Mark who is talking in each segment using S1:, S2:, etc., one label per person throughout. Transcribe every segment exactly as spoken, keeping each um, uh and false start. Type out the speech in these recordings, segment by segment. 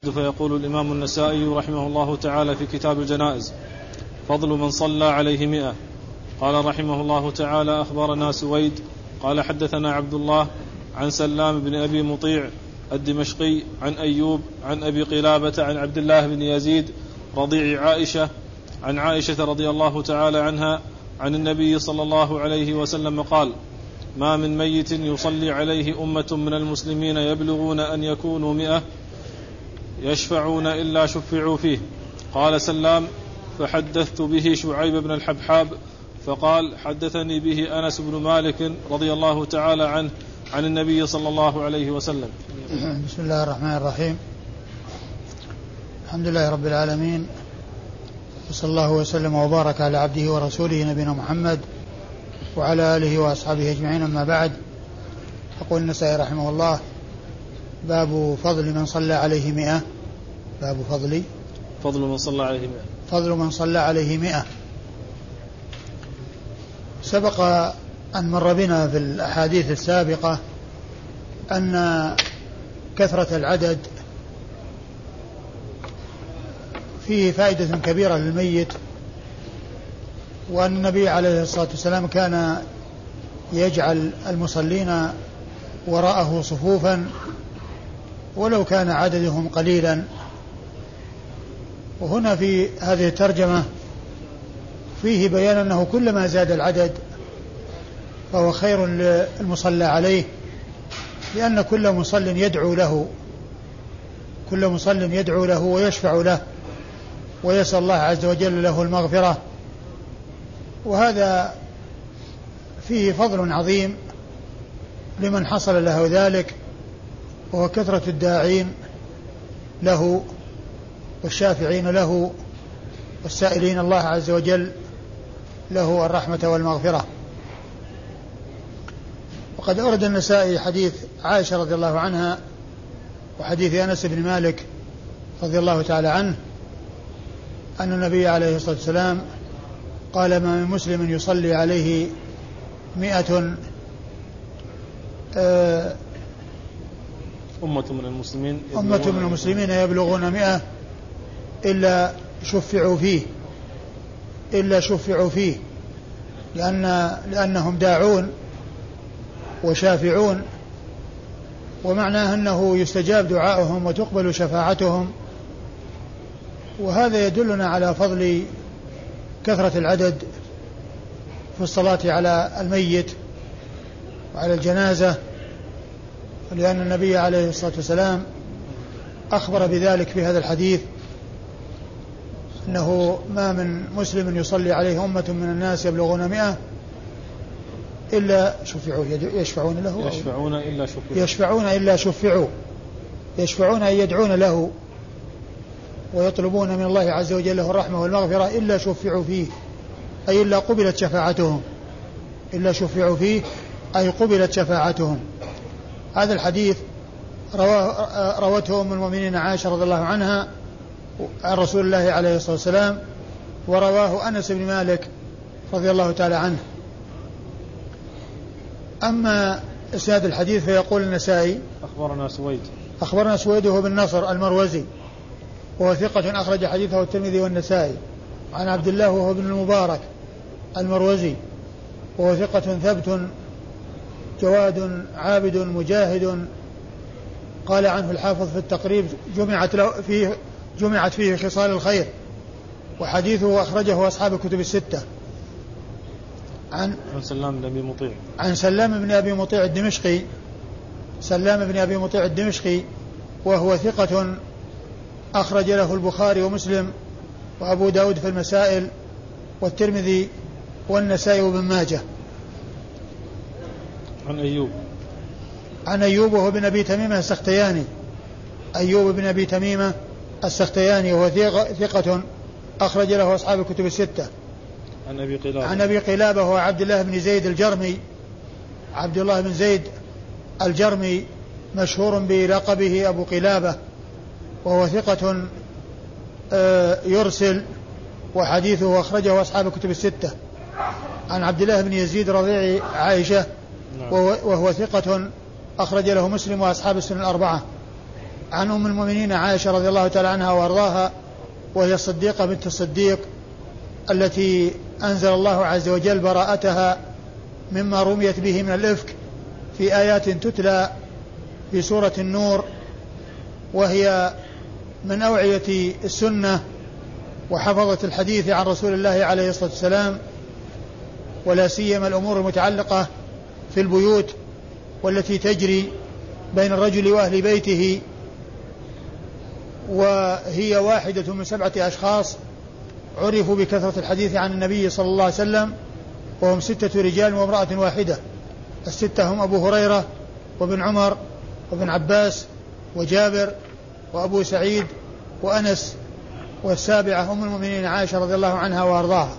S1: بعد، فيقول الإمام النسائي رحمه الله تعالى في كتاب الجنائز: فضل من صلى عليه مئة. قال رحمه الله تعالى: أخبرنا سويد قال حدثنا عبد الله عن سلام بن أبي مطيع الدمشقي عن أيوب عن أبي قلابة عن عبد الله بن يزيد رضيع عائشة عن عائشة رضي الله تعالى عنها عن النبي صلى الله عليه وسلم قال: ما من ميت يصلي عليه أمة من المسلمين يبلغون أن يكونوا مئة يشفعون إلا شفعوا فيه. قال سلام: فحدثت به شعيب بن الحبحاب فقال: حدثني به أنس بن مالك رضي الله تعالى عنه عن النبي صلى الله عليه وسلم.
S2: بسم الله الرحمن الرحيم. الحمد لله رب العالمين، وصلى الله وسلم وبارك على عبده ورسوله نبينا محمد وعلى آله وأصحابه أجمعين، أما بعد. يقول النسائي رحمه الله: باب فضل من صلى عليه مئة. باب فضل
S1: فضل من صلى عليه مئة
S2: فضل من صلى عليه مئة. سبق أن مر بنا في الأحاديث السابقة أن كثرة العدد فيه فائدة كبيرة للميت، وأن النبي عليه الصلاة والسلام كان يجعل المصلين وراءه صفوفا ولو كان عددهم قليلا. وهنا في هذه الترجمة فيه بيان أنه كلما زاد العدد فهو خير للمصلى عليه، لأن كل مصل يدعو له كل مصل يدعو له ويشفع له ويسأل الله عز وجل له المغفرة. وهذا فيه فضل عظيم لمن حصل له ذلك، وهو كثرة الداعين له والشافعين له والسائلين الله عز وجل له الرحمة والمغفرة. وقد أورد النسائي حديث عائشة رضي الله عنها وحديث أنس بن مالك رضي الله تعالى عنه أن النبي عليه الصلاة والسلام قال: ما من مسلم يصلي عليه مئة آه
S1: أمة من المسلمين
S2: أمة من المسلمين يبلغون مئة إلا شفعوا فيه إلا شفعوا فيه لأن لأنهم داعون وشافعون، ومعناه أنه يستجاب دعاؤهم وتقبل شفاعتهم. وهذا يدلنا على فضل كثرة العدد في الصلاة على الميت وعلى الجنازة، لأن النبي عليه الصلاة والسلام أخبر بذلك في هذا الحديث، أنه ما من مسلم يصلي عليه أمة من الناس يبلغون مئة إلا شفعوا يشفعون له
S1: يشفعون إلا شفعوا
S2: يشفعون إلا شفعوا يشفعون أن يدعون له ويطلبون من الله عز وجل له الرحمة والمغفرة إلا شفعوا فيه، أي إلا قبلت شفاعتهم إلا شفعوا فيه أي قبلت شفاعتهم. هذا الحديث رواه روته أم المؤمنين عائشة رضي الله عنها عن رسول الله عليه الصلاة والسلام، ورواه أنس بن مالك رضي الله تعالى عنه. أما إسناد الحديث فيقول النسائي:
S1: أخبرنا سويد
S2: أخبرنا سويد وهو بن نصر المروزي، وهو ثقة أخرج حديثه الترمذي والنسائي، عن عبد الله وهو ابن المبارك المروزي، وهو ثقة ثبت جواد عابد مجاهد. قال عنه الحافظ في التقريب: جمعت له فيه جمعت فيه خصال الخير، وحديثه أخرجه أصحاب الكتب الستة. عن
S1: عن سلام بن أبي مطيع
S2: عن سلام بن أبي مطيع الدمشقي سلام بن أبي مطيع الدمشقي وهو ثقة أخرج له البخاري ومسلم وأبو داود في المسائل والترمذي والنسائي وابن ماجه.
S1: عن أيوب
S2: عن أيوب وهو بن أبي تميمة السختياني أيوب بن أبي تميمة السختياني وهو ثقة أخرج له أصحاب الكتب الستة.
S1: عن أبي قلابة
S2: عن أبي قلابة هو عبد الله بن زيد الجرمي عبد الله بن زيد الجرمي مشهور بلقبه أبو قلابة، وهو ثقة يرسل، وحديثه أخرجه أصحاب الكتب الستة. عن عبد الله بن يزيد رضيع عائشة وهو ثقة أخرج له مسلم وأصحاب السنن الأربعة. عن أم المؤمنين عائشة رضي الله تعالى عنها وأرضاها، وهي الصديقة بنت الصديق التي أنزل الله عز وجل براءتها مما رميت به من الإفك في آيات تتلى في سورة النور، وهي من أوعية السنة وحفظة الحديث عن رسول الله عليه الصلاة والسلام، ولا سيما الأمور المتعلقة في البيوت والتي تجري بين الرجل وأهل بيته، وهي واحدة من سبعة أشخاص عرفوا بكثرة الحديث عن النبي صلى الله عليه وسلم، وهم ستة رجال وامرأة واحدة. الستة هم أبو هريرة وابن عمر وابن عباس وجابر وأبو سعيد وأنس، والسابعة أم المؤمنين عائشة رضي الله عنها وأرضاها.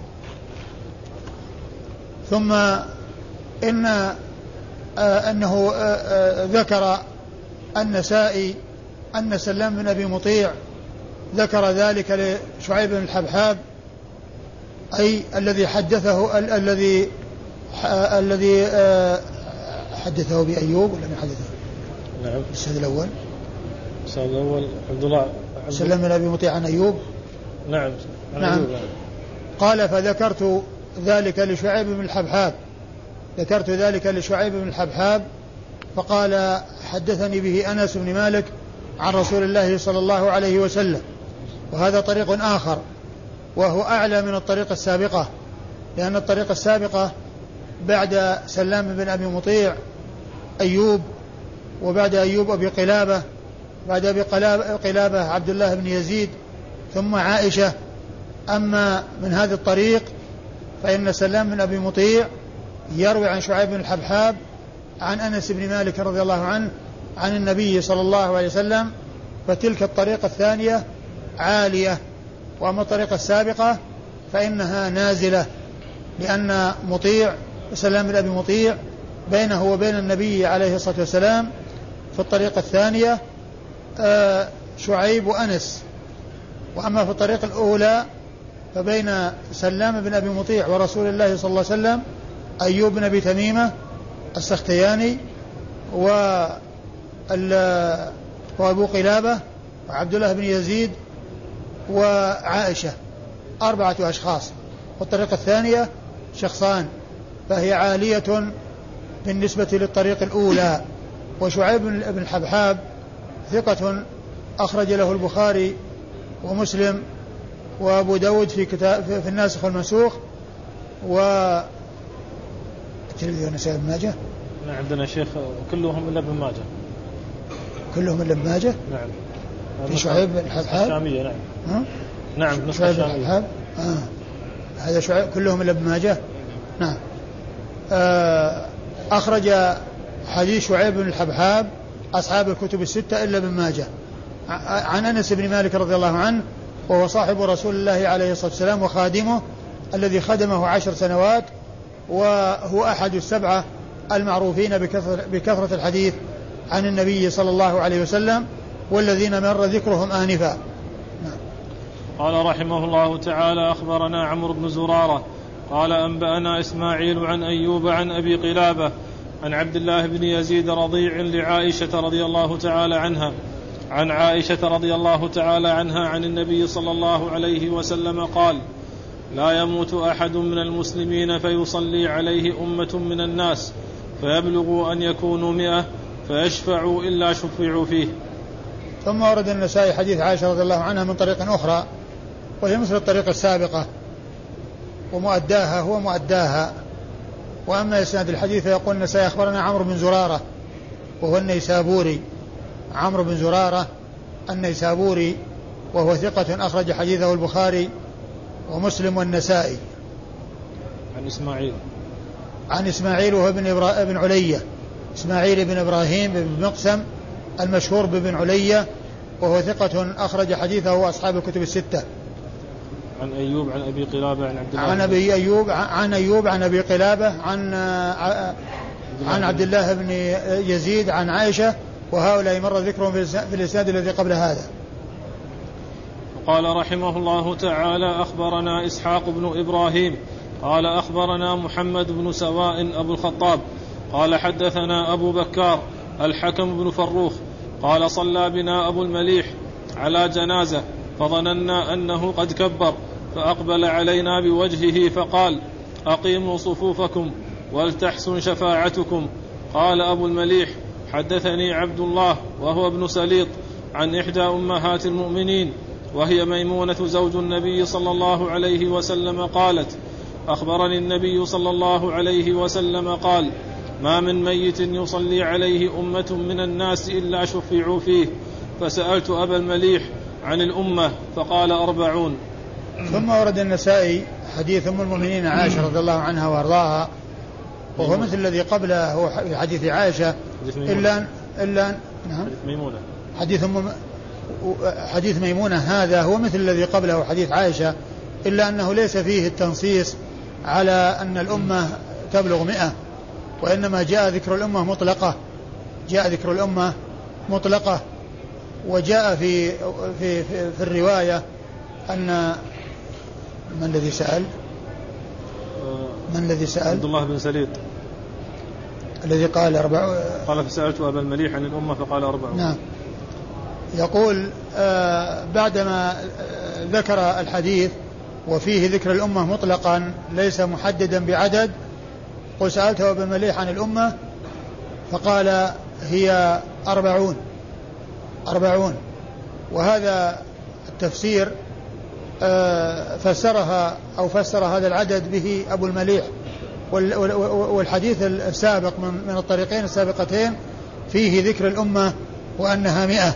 S2: ثم إن آه أنه آه آه ذكر النسائي أن سلام بن أبي مطيع ذكر ذلك لشعيب بن الحبحاب، أي الذي حدثه ال- الذي آه الذي آه حدثه بأيوب ولا من حدثه؟
S1: نعم.
S2: السند الأول
S1: السند الأول عبد الله
S2: سلام بن أبي مطيع عن أيوب.
S1: نعم.
S2: نعم. أيوب. قال فذكرت ذلك لشعيب بن الحبحاب ذكرت ذلك لشعيب بن الحبحاب فقال حدثني به أنس بن مالك عن رسول الله صلى الله عليه وسلم. وهذا طريق آخر وهو أعلى من الطريقة السابقة، لأن الطريقة السابقة بعد سلام بن أبي مطيع أيوب، وبعد أيوب أبي قلابة، بعد أبي قلابة عبد الله بن يزيد، ثم عائشة. أما من هذا الطريق فإن سلام بن أبي مطيع يروي عن شعيب بن الحبحاب عن أنس بن مالك رضي الله عنه عن النبي صلى الله عليه وسلم، فتلك الطريقة الثانية عالية. وأما الطريقة السابقة فإنها نازلة، لأن مطيع سلام بن أبي مطيع بينه وبين النبي عليه الصلاة والسلام في الطريقة الثانية آه شعيب وأنس. وأما في الطريقة الأولى فبين سلام بن أبي مطيع ورسول الله صلى الله عليه وسلم أيوب بن أبي تميمة السختياني وأبو قلابة وعبد الله بن يزيد وعائشة، أربعة أشخاص. والطريقة الثانية شخصان، فهي عالية بالنسبة للطريق الأولى. وشعيب بن الحبحاب ثقة أخرج له البخاري ومسلم وأبو داود في كتاب في الناسخ والمنسوخ و الترمذي والنسائي بن ماجه.
S1: نعم عندنا شيخ كلهم إلا ابن ماجه.
S2: كلهم إلا ابن ماجه.
S1: نعم.
S2: في شعيب بن الحبحاب.
S1: الشامية. نعم.
S2: ها؟
S1: نعم.
S2: شعيب بن الحبحاب. آه. هذا شعيب كلهم إلا ابن ماجه. نعم. آه أخرج حديث شعيب بن الحبحاب أصحاب الكتب الستة إلا ابن ماجه عن أنس بن مالك رضي الله عنه، وهو صاحب رسول الله عليه الصلاة والسلام وخادمه الذي خدمه عشر سنوات، وهو أحد السبعة المعروفين بكثرة, بكثرة الحديث عن النبي صلى الله عليه وسلم، والذين مر ذكرهم آنفا.
S1: قال رحمه الله تعالى أخبرنا عمرو بن زرارة قال أنبأنا إسماعيل عن أيوب عن أبي قلابة عن عبد الله بن يزيد رضيع لعائشة رضي الله تعالى عنها عن عائشة رضي الله تعالى عنها عن النبي صلى الله عليه وسلم قال: لا يموت أحد من المسلمين فيصلي عليه أمة من الناس فيبلغوا أن يكونوا مئة فيشفعوا إلا شفعوا فيه.
S2: ثم ورد النسائي حديث عائشة رضي الله عنها من طريق أخرى، وهي مثل الطريقة السابقة، ومؤداها هو مؤداها. وأما إسناد الحديث فيقول النسائي أخبرنا عمرو بن زرارة وهو النيسابوري، عمرو بن زرارة النيسابوري، وهو ثقة أخرج حديثه البخاري ومسلم والنسائي.
S1: عن إسماعيل
S2: عن إسماعيل وهو ابن, إبرا... ابن علية، إسماعيل بن إبراهيم بن مقسم المشهور بابن علية، وهو ثقة أخرج حديثه أصحاب الكتب الستة.
S1: عن أيوب عن أبي قلابة عن عبد الله
S2: عن أبي أيوب عن أيوب عن أبي قلابة عن عن عبد الله بن يزيد عن عائشة، وهؤلاء مر ذكرهم في الإسناد الذي قبل هذا.
S1: قال رحمه الله تعالى أخبرنا إسحاق بن إبراهيم قال أخبرنا محمد بن سواء أبو الخطاب قال حدثنا أبو بكار الحكم بن فروخ قال صلى بنا أبو المليح على جنازة فظننا أنه قد كبر فأقبل علينا بوجهه فقال أقيموا صفوفكم ولتحسن شفاعتكم. قال أبو المليح حدثني عبد الله وهو ابن سليط عن إحدى أمهات المؤمنين وهي ميمونة زوج النبي صلى الله عليه وسلم قالت أخبرني النبي صلى الله عليه وسلم قال ما من ميت يصلي عليه أمة من الناس إلا شفعوا فيه. فسألت أبا المليح عن الأمة فقال أربعون.
S2: ثم ورد النسائي حديث أم المؤمنين عائشة رضي الله عنها وارضاها وهو مثل الذي قبله هو حديث عائشة إلا إلا نعم
S1: ميمونة
S2: حديث أم حديث ميمونة هذا هو مثل الذي قبله حديث عائشة إلا أنه ليس فيه التنصيص على أن الأمة تبلغ مئة وإنما جاء ذكر الأمة مطلقة جاء ذكر الأمة مطلقة وجاء في في في, في الرواية أن من الذي سأل من الذي سأل
S1: عبد الله بن سليط
S2: الذي قال أربع
S1: قال فسألت أبا المليح عن الأمة فقال أربعون.
S2: نعم. يقول آه بعدما ذكر الحديث وفيه ذكر الأمة مطلقا ليس محددا بعدد قل سألت أبا المليح عن الأمة فقال هي أربعون أربعون وهذا التفسير آه فسرها أو فسر هذا العدد به أبو المليح والحديث السابق من الطريقين السابقتين فيه ذكر الأمة وأنها مئة.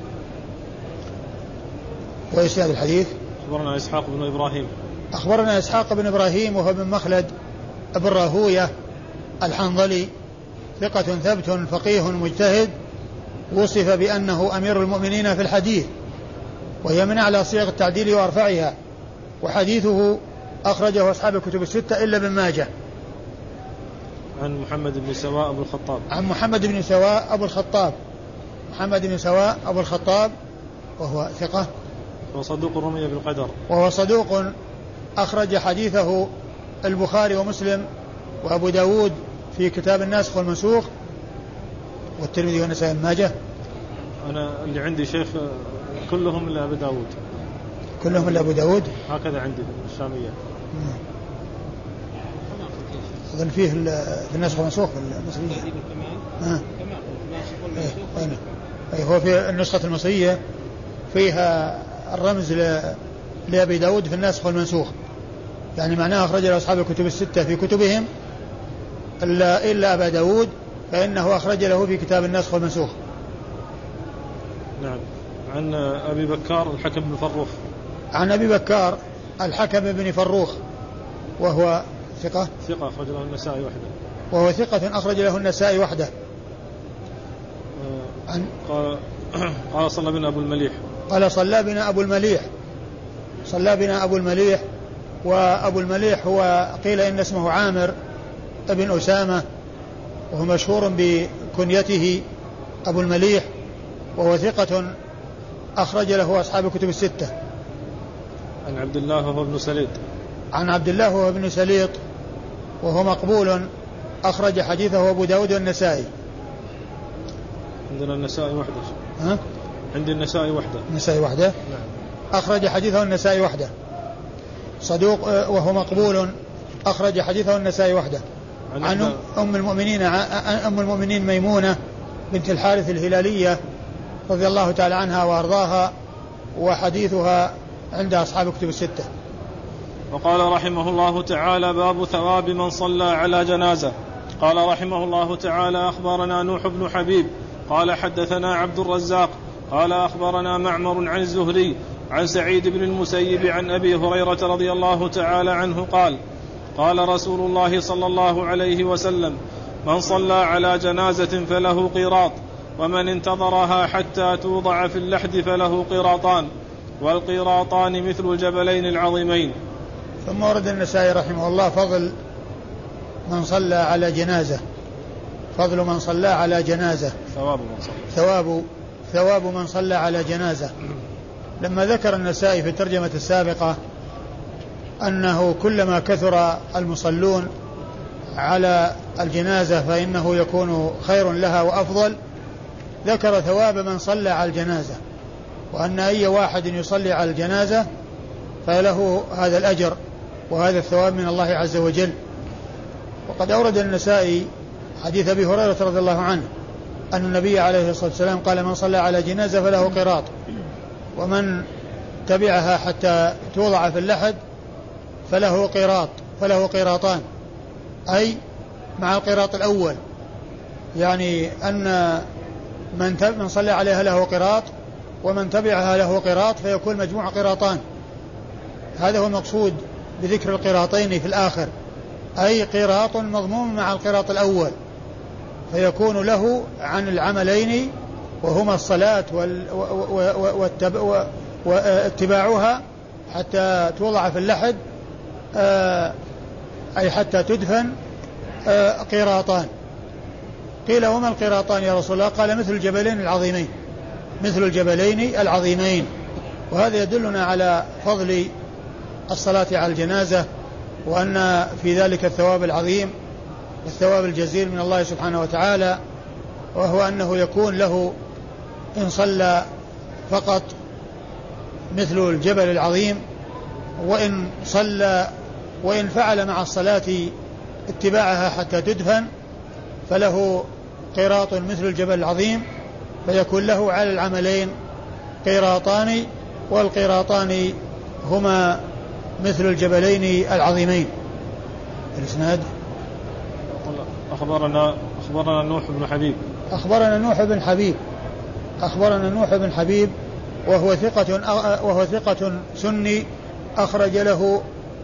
S2: وإيش هذا الحديث؟
S1: أخبرنا إسحاق بن إبراهيم
S2: أخبرنا إسحاق بن إبراهيم وهو بن مخلد ابن راهوية الحنظلي ثقة ثبت فقيه مجتهد وصف بأنه أمير المؤمنين في الحديث وهي من أعلى صيغ التعديل وأرفعها وحديثه أخرجه أصحاب الكتب الستة إلا ابن ماجه.
S1: عن محمد بن سواء أبو الخطاب
S2: عن محمد بن سواء أبو الخطاب محمد بن سواء أبو الخطاب وهو ثقة
S1: وصدوق رمي بالقدر
S2: وهو صدوق أخرج حديثه البخاري ومسلم وأبو داود في كتاب الناسخ والمنسوخ والترمذي والنسائي بن ماجه.
S1: أنا اللي عندي شيخ كلهم إلا أبو داود
S2: كلهم إلا أبو داود
S1: هكذا عندي الشامية
S2: أظن فيه في الناسخ والمنسوخ في المصرية آه. أيه. أيه. هو في النسخة المصرية فيها الرمز لأبي داود في الناسخ والمنسوخ يعني معناه أخرج له أصحاب الكتب الستة في كتبهم إلا, إلا أبا داود فإنه أخرج له في كتاب الناسخ والمنسوخ.
S1: نعم. عن أبي بكار الحكم بن فروخ
S2: عن أبي بكار الحكم بن فروخ وهو ثقة
S1: ثقة أخرج له النسائي وحده
S2: وهو ثقة أخرج له النسائي وحده.
S1: عن قال قال صلى بنا أبو المليح
S2: قال صلى بنا أبو المليح صلى بنا أبو المليح وأبو المليح هو قيل إن اسمه عامر ابن أسامة وهو مشهور بكنيته أبو المليح وهو ثقة أخرج له أصحاب الكتب الستة.
S1: عن عبد الله وهو ابن سليط
S2: عن عبد الله وهو ابن سليط وهو مقبول أخرج حديثه أبو داود والنسائي.
S1: عندنا النسائي وحده
S2: ها؟
S1: عندي النسائي وحده
S2: النسائي وحده
S1: نعم.
S2: أخرج حديثه النسائي وحده صدوق وهو مقبول أخرج حديثه النسائي وحده. عن, عن أم المؤمنين أم المؤمنين ميمونة بنت الحارث الهلالية رضي الله تعالى عنها وأرضاها وحديثها عند أصحاب الكتب الستة.
S1: وقال رحمه الله تعالى باب ثواب من صلى على جنازة. قال رحمه الله تعالى أخبرنا نوح بن حبيب قال حدثنا عبد الرزاق قال أخبرنا معمر عن الزهري عن سعيد بن المسيب عن أبي هريرة رضي الله تعالى عنه قال قال رسول الله صلى الله عليه وسلم من صلى على جنازة فله قيراط ومن انتظرها حتى توضع في اللحد فله قيراطان والقيراطان مثل الجبلين العظيمين.
S2: ثم ورد النسائي رحمه الله فضل من صلى على جنازة فضل من صلى على جنازة
S1: ثواب من صلى
S2: ثواب ثواب من صلى على جنازة. لما ذكر النسائي في الترجمة السابقة أنه كلما كثر المصلون على الجنازة فإنه يكون خير لها وأفضل ذكر ثواب من صلى على الجنازة، وأن أي واحد يصلي على الجنازة فله هذا الأجر وهذا الثواب من الله عز وجل. وقد أورد النسائي حديث أبي هريرة رضي الله عنه أن النبي عليه الصلاة والسلام قال: من صلى على جنازة فله قراط، ومن تبعها حتى توضع في اللحد فله قراط فله قراطان، أي مع القراط الأول، يعني أن من من صلى عليها له قراط ومن تبعها له قراط، فيكون مجموع قراطان. هذا هو المقصود بذكر القراطين في الآخر، أي قراط مضموم مع القراط الأول، فيكون له عن العملين وهما الصلاة واتباعها حتى توضع في اللحد، أي حتى تدفن، قراطان. قيل: وما القراطان يا رسول الله؟ قال: مثل الجبلين العظيمين مثل الجبلين العظيمين. وهذا يدلنا على فضل الصلاة على الجنازة، وأن في ذلك الثواب العظيم والثواب الجزيل من الله سبحانه وتعالى، وهو أنه يكون له إن صلى فقط مثل الجبل العظيم، وإن صلى وإن فعل مع الصلاة اتباعها حتى تدفن فله قراط مثل الجبل العظيم، فيكون له على العملين قراطان، والقراطان هما مثل الجبلين العظيمين. الإسناد:
S1: أخبرنا أخبرنا نوح بن حبيب
S2: أخبرنا نوح بن حبيب أخبرنا نوح بن حبيب وهو ثقة وهو ثقة سني أخرج له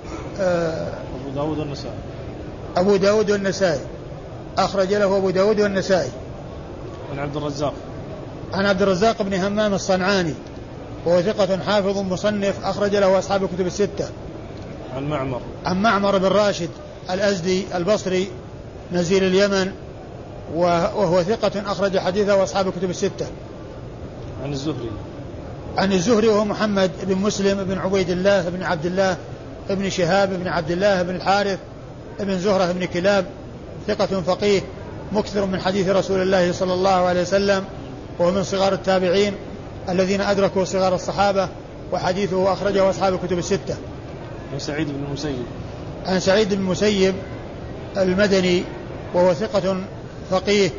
S1: أبو داود والنسائي
S2: أبو داود والنسائي أخرج له أبو داود والنسائي
S1: عن عبد الرزاق
S2: عن عبد الرزاق بن همام الصنعاني وهو ثقة حافظ مصنف أخرج له أصحاب الكتب الستة.
S1: عن معمر
S2: عن معمر بن راشد الأزدي البصري نزيل اليمن وهو ثقة أخرج حديثه وأصحاب الكتب الستة.
S1: عن الزهري
S2: عن الزهري وهو محمد بن مسلم بن عبيد الله بن عبد الله بن شهاب بن عبد الله بن الحارث بن زهرة بن كلاب، ثقة فقيه مكثر من حديث رسول الله صلى الله عليه وسلم، وهو من صغار التابعين الذين أدركوا صغار الصحابة، وحديثه أخرجه أصحاب الكتب الستة.
S1: عن سعيد بن المسيب
S2: عن سعيد بن المسيب المدني وهو ثقة فقيه،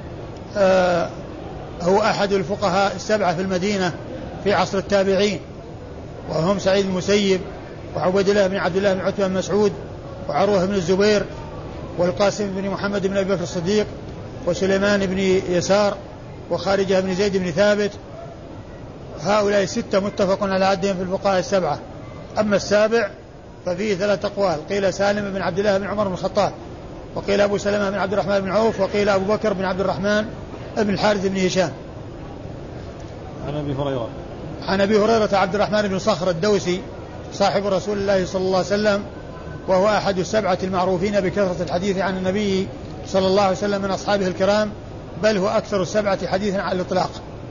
S2: آه هو أحد الفقهاء السبعة في المدينة في عصر التابعين، وهم سعيد بن المسيب وعبد الله بن عبد الله بن عتبة بن مسعود وعروة بن الزبير والقاسم بن محمد بن أبي بكر الصديق وسليمان بن يسار وخارجة بن زيد بن ثابت. هؤلاء الستة متفق على عدهم في الفقهاء السبعة. أما السابع ففيه ثلاث أقوال، قيل سالم بن عبد الله بن عمر بن الخطاب، وقيل أبو سلمة بن عبد الرحمن بن عوف، وقيل أبو بكر بن عبد الرحمن بن الحارث بن هشام.
S1: عن أبي هريرة
S2: عن أبي هريرة عبد الرحمن بن صخر الدوسي صاحب رسول الله صلى الله عليه وسلم، وهو أحد السبعة المعروفين بكثرة الحديث عن النبي صلى الله عليه وسلم من أصحابه الكرام، بل هو أكثر السبعة حديثا على الإطلاق.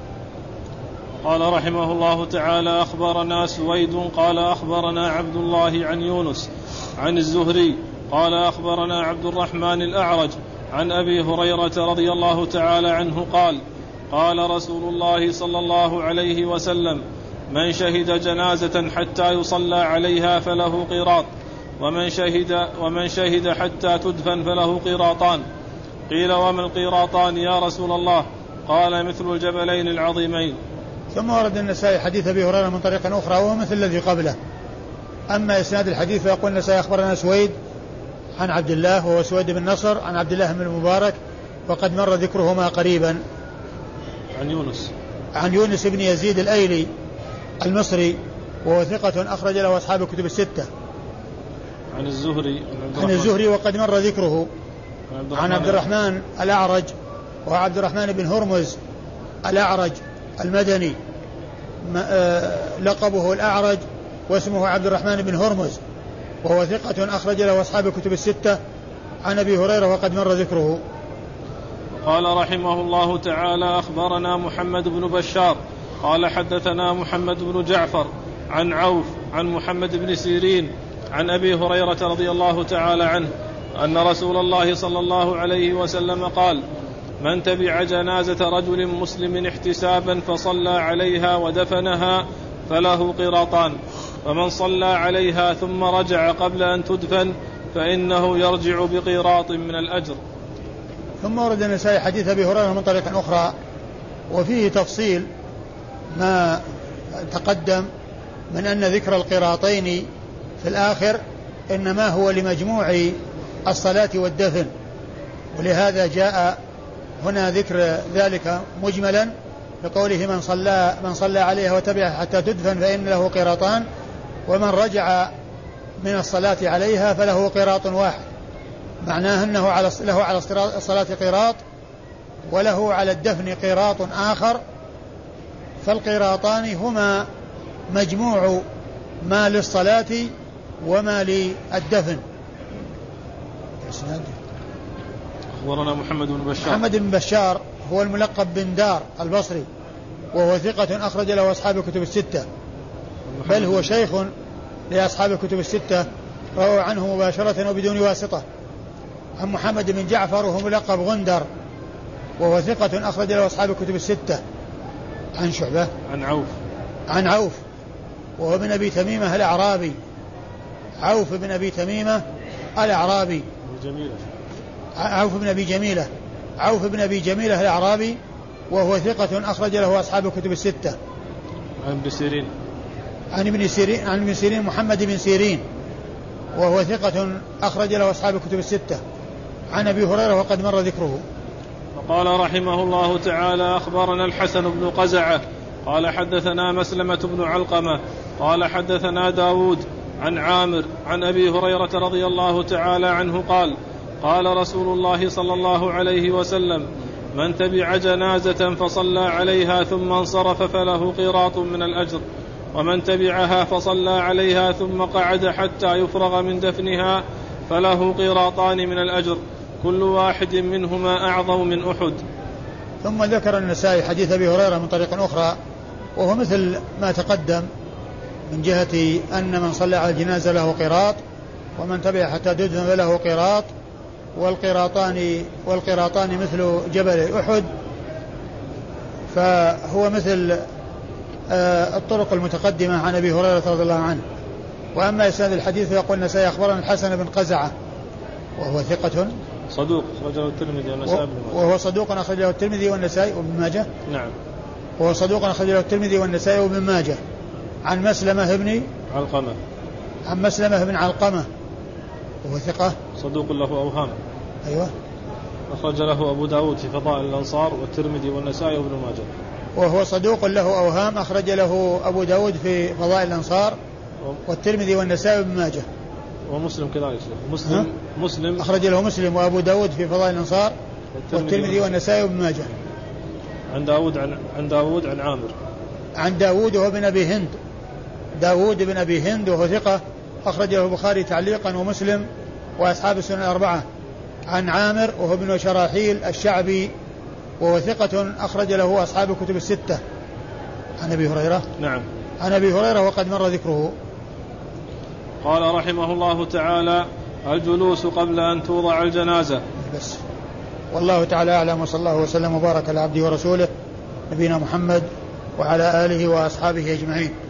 S1: قال رحمه الله تعالى: أخبرنا سويد قال أخبرنا عبد الله عن يونس عن الزهري قال أخبرنا عبد الرحمن الأعرج عن أبي هريرة رضي الله تعالى عنه قال: قال رسول الله صلى الله عليه وسلم: من شهد جنازة حتى يصلى عليها فله قيراط، ومن شهد, ومن شهد حتى تدفن فله قيراطان. قيل: وما القيراطان يا رسول الله؟ قال: مثل الجبلين العظيمين.
S2: ثم ورد النسائي حديث أبي هريرة من طريق أخرى وهو مثل الذي قبله. أما إسناد الحديث فيقول النسائي: أخبرنا سويد عن عبد الله وهو سويد بن نصر عن عبد الله بن المبارك، وقد مر ذكرهما قريبا.
S1: عن يونس
S2: عن يونس بن يزيد الأيلي المصري وهو ثقة أخرج له أصحاب الكتب الستة.
S1: عن الزهري
S2: عن الزهري وقد مر ذكره. عن عبد الرحمن الأعرج وهو عبد الرحمن بن هرمز الأعرج المدني، لقبه الأعرج واسمه عبد الرحمن بن هرمز، وهو ثقة أخرج له أصحاب الكتب الستة. عن أبي هريرة وقد مر ذكره.
S1: قال رحمه الله تعالى: أخبرنا محمد بن بشار قال حدثنا محمد بن جعفر عن عوف عن محمد بن سيرين عن أبي هريرة رضي الله تعالى عنه أن رسول الله صلى الله عليه وسلم قال: من تبع جنازة رجل مسلم احتسابا فصلى عليها ودفنها فله قراطان، ومن صلى عليها ثم رجع قبل أن تدفن فإنه يرجع بقيراط من الأجر.
S2: ثم ورد النسائي حديث أبي هريرة من طريق أخرى وفيه تفصيل ما تقدم من أن ذكر القراطين في الآخر إنما هو لمجموع الصلاة والدفن، ولهذا جاء هنا ذكر ذلك مجملا بقوله من صلى من صلى عليها وتبعها حتى تدفن فإن له قراطان، ومن رجع من الصلاة عليها فله قراط واحد، معناه أنه على له على الصلاة قراط وله على الدفن قراط آخر، فالقراطان هما مجموع ما للصلاة وما للدفن.
S1: أخبرنا محمد بن بشار.
S2: محمد بن بشار هو الملقب بن دار البصري، وهو ثقة أخرج له أصحاب الكتب الستة، بل هو شيخ لأصحاب الكتب الستة، روى عنه مباشرة وبدون واسطة. عن محمد بن جعفر وهو ملقب غندر، وهو ثقة أخرج له أصحاب الكتب الستة. عن شعبة
S1: عن عوف
S2: عن عوف وهو بن أبي تميمة الأعرابي، عوف بن أبي تميمة الأعرابي
S1: جميلة.
S2: عوف بن أبي جميلة عوف بن أبي جميلة الأعرابي، وهو ثقة أخرج له أصحاب الكتب الستة.
S1: عن ابن سيرين
S2: عن ابن سيرين عن ابن سيرين محمد بن سيرين، وهو ثقة أخرج له أصحاب الكتب الستة. عن أبي هريرة وقد مر ذكره.
S1: وقال رحمه الله تعالى: أخبرنا الحسن بن قزعة قال حدثنا مسلمة بن علقمة قال حدثنا داود عن عامر عن أبي هريرة رضي الله تعالى عنه قال: قال رسول الله صلى الله عليه وسلم: من تبع جنازة فصلى عليها ثم انصرف فله قيراط من الأجر، ومن تبعها فصلى عليها ثم قعد حتى يفرغ من دفنها فله قيراطان من الأجر، كل واحد منهما أعظم من أحد.
S2: ثم ذكر النسائي حديث أبي هريرة من طريق أخرى، وهو مثل ما تقدم من جهة أن من صلى على الجنازة له قيراط، ومن تبع حتى تدفن فله قيراط، والقيراطان والقيراطان مثل جبل أحد، فهو مثل الطرق المتقدمة عن أبي هريرة رضي الله عنه. وأما إسناد الحديث يقول النسائي أخبرنا الحسن بن قزعة وهو ثقة
S1: صدوق أخرجه الترمذي والنسائي
S2: وهو صدوق أخرجه الترمذي والنسائي وابن ماجه.
S1: نعم.
S2: وهو صدوق أخرجه الترمذي والنسائي وابن ماجه. عن مسلمة بن
S1: علقمة
S2: عن مسلمة بن علقمة وهو ثقة
S1: صدوق له أوهام.
S2: أيوة.
S1: أخرج له أبو داود في فضائل الأنصار والترمذي والنسائي وابن ماجه.
S2: وهو صدوق له أوهام أخرج له أبو داود في فضائل الأنصار والترمذي والنسائي وابن ماجه.
S1: ومسلم كذلك. مسلم مسلم
S2: أخرج له مسلم وأبو داود في فضائل الأنصار والترمذي والنسائي وابن ماجه.
S1: عن داود عن عن داود عن عامر
S2: عن داود وهو بن أبي هند داود بن أبي هند وهو ثقة أخرج له البخاري تعليقا ومسلم وأصحاب السنن الأربعة. عن عامر وهو بن شراحيل الشعبي وهو ثقة أخرج له أصحاب الكتب الستة. عن أبي هريرة.
S1: نعم.
S2: عن أبي هريرة وقد مر ذكره.
S1: قال رحمه الله تعالى: الجلوس قبل أن توضع الجنازة.
S2: بس. والله تعالى أعلم، وصلى الله وسلم وبارك على عبده ورسوله نبينا محمد وعلى آله وأصحابه أجمعين.